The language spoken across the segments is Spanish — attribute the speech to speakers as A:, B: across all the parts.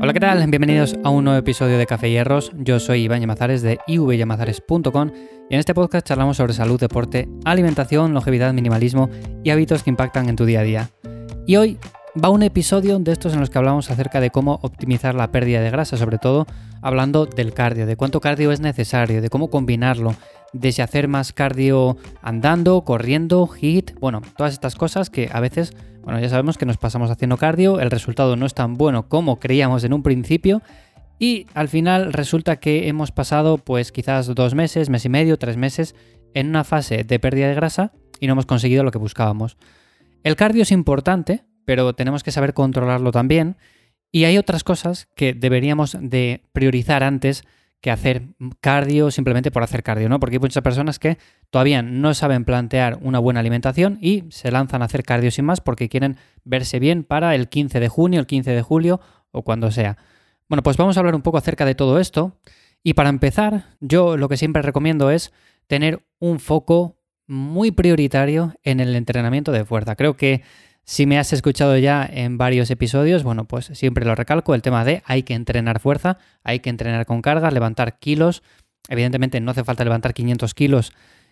A: Hola, ¿qué tal? Bienvenidos a un nuevo episodio de Café y Hierros. Yo soy Iván Llamazares de ivllamazares.com y en este podcast charlamos sobre salud, deporte, alimentación, longevidad, minimalismo y hábitos que impactan en tu día a día. Y hoy va un episodio de estos en los que hablamos acerca de cómo optimizar la pérdida de grasa, sobre todo hablando del cardio, de cuánto cardio es necesario, de cómo combinarlo, de si hacer más cardio andando, corriendo, HIIT, bueno, todas estas cosas que a veces, bueno, ya sabemos que nos pasamos haciendo cardio, el resultado no es tan bueno como creíamos en un principio y al final resulta que hemos pasado pues quizás 2 meses, mes y medio, 3 meses en una fase de pérdida de grasa y no hemos conseguido lo que buscábamos. El cardio es importante, pero tenemos que saber controlarlo también y hay otras cosas que deberíamos de priorizar antes que hacer cardio simplemente por hacer cardio, ¿no? Porque hay muchas personas que todavía no saben plantear una buena alimentación y se lanzan a hacer cardio sin más porque quieren verse bien para el 15 de junio, el 15 de julio o cuando sea. Bueno, pues vamos a hablar un poco acerca de todo esto y para empezar, yo lo que siempre recomiendo es tener un foco muy prioritario en el entrenamiento de fuerza. Creo que si me has escuchado ya en varios episodios, bueno, pues siempre lo recalco, el tema de hay que entrenar fuerza, hay que entrenar con cargas, levantar kilos. Evidentemente no hace falta levantar 500 kilos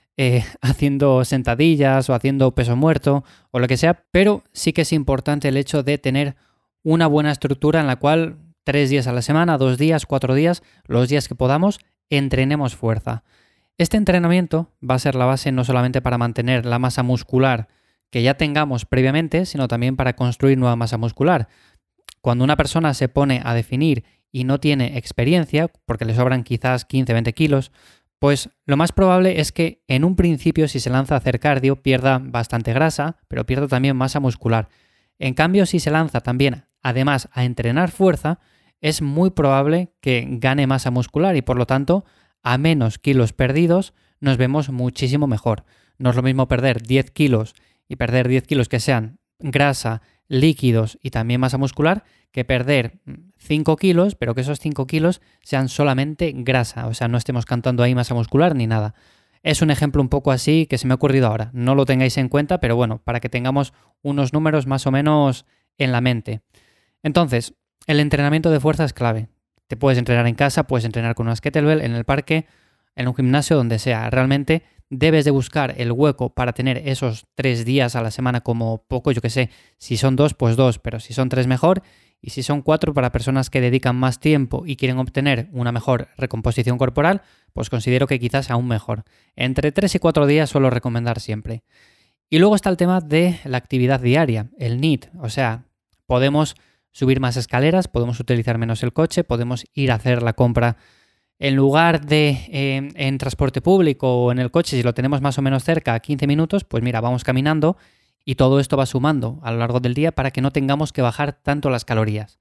A: haciendo sentadillas o haciendo peso muerto o lo que sea, pero sí que es importante el hecho de tener una buena estructura en la cual 3 días a la semana, 2 días, 4 días, los días que podamos, entrenemos fuerza. Este entrenamiento va a ser la base no solamente para mantener la masa muscular que ya tengamos previamente, sino también para construir nueva masa muscular. Cuando una persona se pone a definir y no tiene experiencia, porque le sobran quizás 15-20 kilos, pues lo más probable es que en un principio, si se lanza a hacer cardio, pierda bastante grasa, pero pierda también masa muscular. En cambio, si se lanza también, además, a entrenar fuerza, es muy probable que gane masa muscular y por lo tanto, a menos kilos perdidos, nos vemos muchísimo mejor. No es lo mismo perder 10 kilos y perder 10 kilos que sean grasa, líquidos y también masa muscular, que perder 5 kilos, pero que esos 5 kilos sean solamente grasa, o sea, no estemos cantando ahí masa muscular ni nada. Es un ejemplo un poco así que se me ha ocurrido ahora, no lo tengáis en cuenta, pero bueno, para que tengamos unos números más o menos en la mente. Entonces, el entrenamiento de fuerza es clave. Te puedes entrenar en casa, puedes entrenar con unas kettlebell, en el parque, en un gimnasio, donde sea. Realmente debes de buscar el hueco para tener esos 3 días a la semana como poco, yo que sé, si son 2, pues 2, pero si son 3 mejor, y si son 4 para personas que dedican más tiempo y quieren obtener una mejor recomposición corporal, pues considero que quizás aún mejor. Entre 3 y 4 días suelo recomendar siempre. Y luego está el tema de la actividad diaria, el NEAT, o sea, podemos subir más escaleras, podemos utilizar menos el coche, podemos ir a hacer la compra en lugar de en transporte público o en el coche, si lo tenemos más o menos cerca, a 15 minutos, pues mira, vamos caminando y todo esto va sumando a lo largo del día para que no tengamos que bajar tanto las calorías.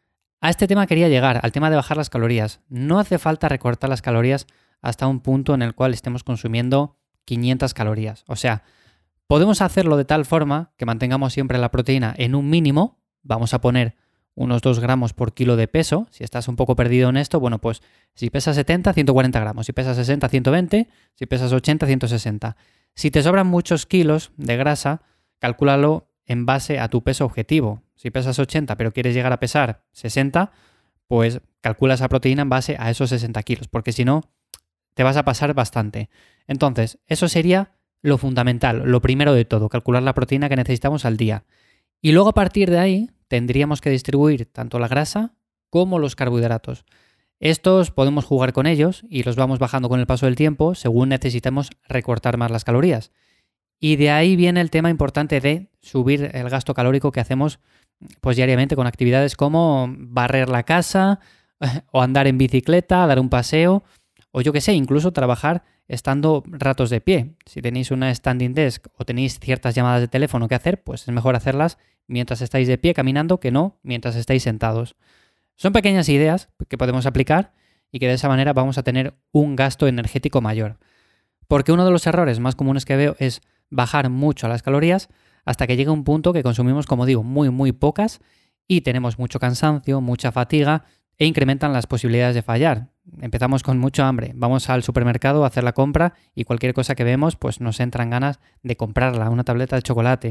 A: A este tema quería llegar, al tema de bajar las calorías. No hace falta recortar las calorías hasta un punto en el cual estemos consumiendo 500 calorías. O sea, podemos hacerlo de tal forma que mantengamos siempre la proteína en un mínimo, vamos a poner unos 2 gramos por kilo de peso. Si estás un poco perdido en esto, bueno, pues si pesas 70, 140 gramos. Si pesas 60, 120. Si pesas 80, 160. Si te sobran muchos kilos de grasa, cálculalo en base a tu peso objetivo. Si pesas 80 pero quieres llegar a pesar 60, pues calcula esa proteína en base a esos 60 kilos, porque si no, te vas a pasar bastante. Entonces, eso sería lo fundamental, lo primero de todo, calcular la proteína que necesitamos al día. Y luego a partir de ahí tendríamos que distribuir tanto la grasa como los carbohidratos. Estos podemos jugar con ellos y los vamos bajando con el paso del tiempo según necesitemos recortar más las calorías. Y de ahí viene el tema importante de subir el gasto calórico que hacemos pues diariamente con actividades como barrer la casa o andar en bicicleta, dar un paseo o yo que sé, incluso trabajar estando ratos de pie. Si tenéis una standing desk o tenéis ciertas llamadas de teléfono que hacer, pues es mejor hacerlas mientras estáis de pie caminando que no mientras estáis sentados. Son pequeñas ideas que podemos aplicar y que de esa manera vamos a tener un gasto energético mayor. Porque uno de los errores más comunes que veo es bajar mucho las calorías hasta que llega un punto que consumimos, como digo, muy pocas y tenemos mucho cansancio, mucha fatiga e incrementan las posibilidades de fallar. Empezamos con mucho hambre, vamos al supermercado a hacer la compra y cualquier cosa que vemos pues nos entran ganas de comprarla, una tableta de chocolate,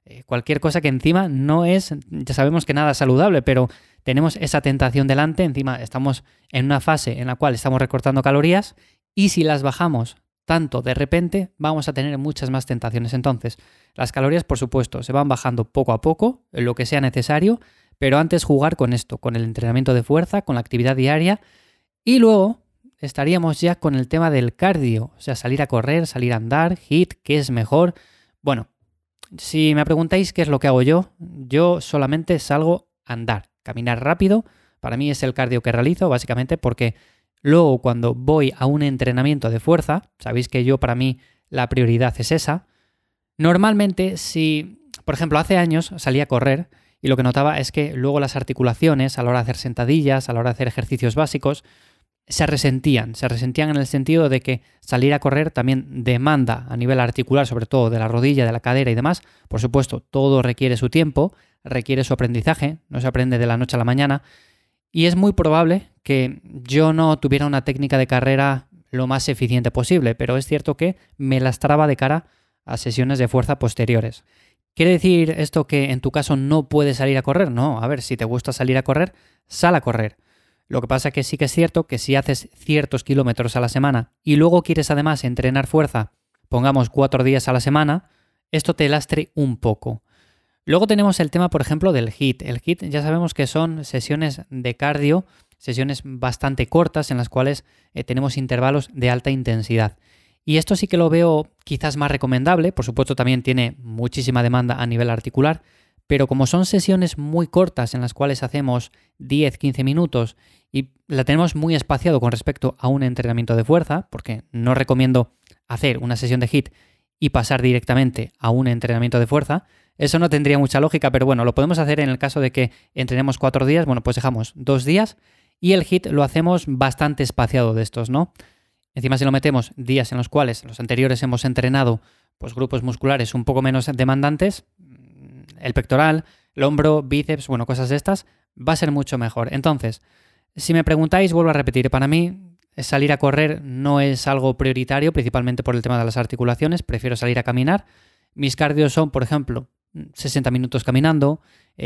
A: cualquier cosa que encima no es, ya sabemos que nada saludable, pero tenemos esa tentación delante, encima estamos en una fase en la cual estamos recortando calorías y si las bajamos tanto de repente, vamos a tener muchas más tentaciones. Entonces, las calorías, por supuesto, se van bajando poco a poco, en lo que sea necesario, pero antes jugar con esto, con el entrenamiento de fuerza, con la actividad diaria y luego estaríamos ya con el tema del cardio, o sea, salir a correr, salir a andar, HIIT, ¿qué es mejor? Bueno, si me preguntáis qué es lo que hago yo solamente salgo a andar, caminar rápido, para mí es el cardio que realizo, básicamente porque luego cuando voy a un entrenamiento de fuerza, sabéis que para mí la prioridad es esa, normalmente si, por ejemplo, hace años salí a correr y lo que notaba es que luego las articulaciones, a la hora de hacer sentadillas, a la hora de hacer ejercicios básicos, se resentían en el sentido de que salir a correr también demanda a nivel articular, sobre todo de la rodilla, de la cadera y demás. Por supuesto, todo requiere su tiempo, requiere su aprendizaje, no se aprende de la noche a la mañana y es muy probable que yo no tuviera una técnica de carrera lo más eficiente posible, pero es cierto que me lastraba de cara a sesiones de fuerza posteriores. ¿Quiere decir esto que en tu caso no puedes salir a correr? No, a ver, si te gusta salir a correr, sal a correr. Lo que pasa es que sí que es cierto que si haces ciertos kilómetros a la semana y luego quieres además entrenar fuerza, pongamos 4 días a la semana, esto te lastre un poco. Luego tenemos el tema, por ejemplo, del HIIT. El HIIT ya sabemos que son sesiones de cardio, sesiones bastante cortas en las cuales tenemos intervalos de alta intensidad. Y esto sí que lo veo quizás más recomendable, por supuesto también tiene muchísima demanda a nivel articular, pero como son sesiones muy cortas en las cuales hacemos 10-15 minutos y la tenemos muy espaciado con respecto a un entrenamiento de fuerza, porque no recomiendo hacer una sesión de HIIT y pasar directamente a un entrenamiento de fuerza, eso no tendría mucha lógica, pero bueno, lo podemos hacer en el caso de que entrenemos 4 días, bueno, pues dejamos 2 días y el HIIT lo hacemos bastante espaciado de estos, ¿no? Encima si lo metemos días en los cuales los anteriores hemos entrenado pues grupos musculares un poco menos demandantes, el pectoral, el hombro, bíceps, bueno, cosas de estas, va a ser mucho mejor. Entonces, si me preguntáis, vuelvo a repetir, para mí salir a correr no es algo prioritario, principalmente por el tema de las articulaciones, prefiero salir a caminar. Mis cardios son, por ejemplo, 60 minutos caminando,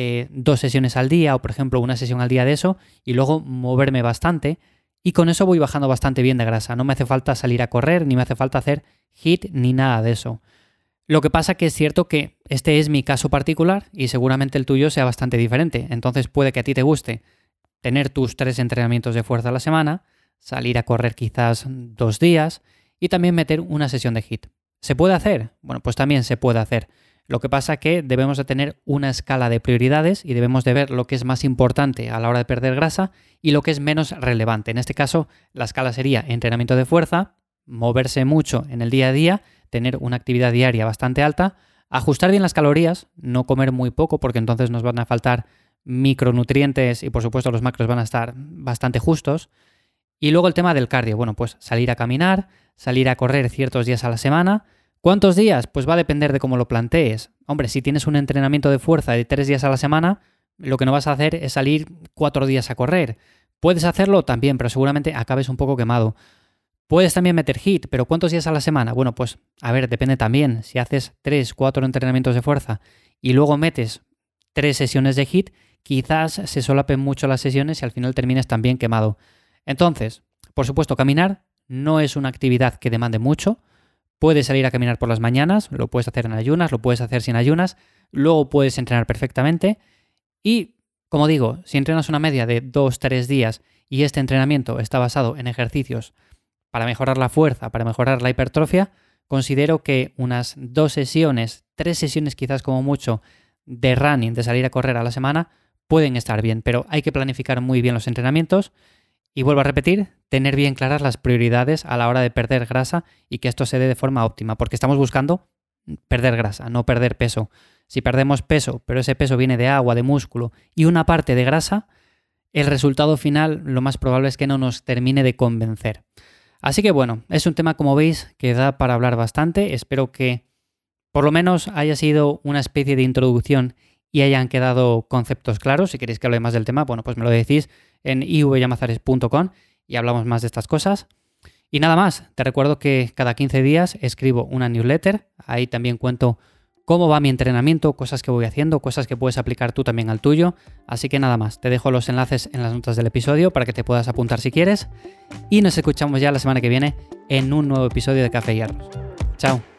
A: 2 sesiones al día o, por ejemplo, una sesión al día de eso y luego moverme bastante y con eso voy bajando bastante bien de grasa. No me hace falta salir a correr, ni me hace falta hacer HIIT, ni nada de eso. Lo que pasa que es cierto que este es mi caso particular y seguramente el tuyo sea bastante diferente. Entonces puede que a ti te guste tener tus 3 entrenamientos de fuerza a la semana, salir a correr quizás 2 días y también meter una sesión de HIIT. ¿Se puede hacer? Bueno, pues también se puede hacer. Lo que pasa que debemos de tener una escala de prioridades y debemos de ver lo que es más importante a la hora de perder grasa y lo que es menos relevante. En este caso, la escala sería entrenamiento de fuerza, moverse mucho en el día a día, tener una actividad diaria bastante alta, ajustar bien las calorías, no comer muy poco porque entonces nos van a faltar micronutrientes y por supuesto los macros van a estar bastante justos. Y luego el tema del cardio, bueno, pues salir a caminar, salir a correr ciertos días a la semana. ¿Cuántos días? Pues va a depender de cómo lo plantees. Hombre, si tienes un entrenamiento de fuerza de 3 días a la semana, lo que no vas a hacer es salir 4 días a correr. Puedes hacerlo también, pero seguramente acabes un poco quemado. Puedes también meter HIIT, pero ¿cuántos días a la semana? Bueno, pues a ver, depende también. Si haces 3-4 entrenamientos de fuerza y luego metes 3 sesiones de HIIT, quizás se solapen mucho las sesiones y al final termines también quemado. Entonces, por supuesto, caminar no es una actividad que demande mucho. Puedes salir a caminar por las mañanas, lo puedes hacer en ayunas, lo puedes hacer sin ayunas, luego puedes entrenar perfectamente y, como digo, si entrenas una media de 2-3 días y este entrenamiento está basado en ejercicios para mejorar la fuerza, para mejorar la hipertrofia, considero que unas 2 sesiones, 3 sesiones quizás como mucho de running, de salir a correr a la semana, pueden estar bien, pero hay que planificar muy bien los entrenamientos. Y vuelvo a repetir, tener bien claras las prioridades a la hora de perder grasa y que esto se dé de forma óptima, porque estamos buscando perder grasa, no perder peso. Si perdemos peso, pero ese peso viene de agua, de músculo y una parte de grasa, el resultado final lo más probable es que no nos termine de convencer. Así que bueno, es un tema, como veis, que da para hablar bastante. Espero que por lo menos haya sido una especie de introducción y hayan quedado conceptos claros. Si queréis que hable más del tema, bueno, pues me lo decís en ivyamazares.com y hablamos más de estas cosas. Y nada más, te recuerdo que cada 15 días escribo una newsletter, ahí también cuento cómo va mi entrenamiento, cosas que voy haciendo, cosas que puedes aplicar tú también al tuyo. Así que nada más, te dejo los enlaces en las notas del episodio para que te puedas apuntar si quieres. Y nos escuchamos ya la semana que viene en un nuevo episodio de Café y Hierros. Chao.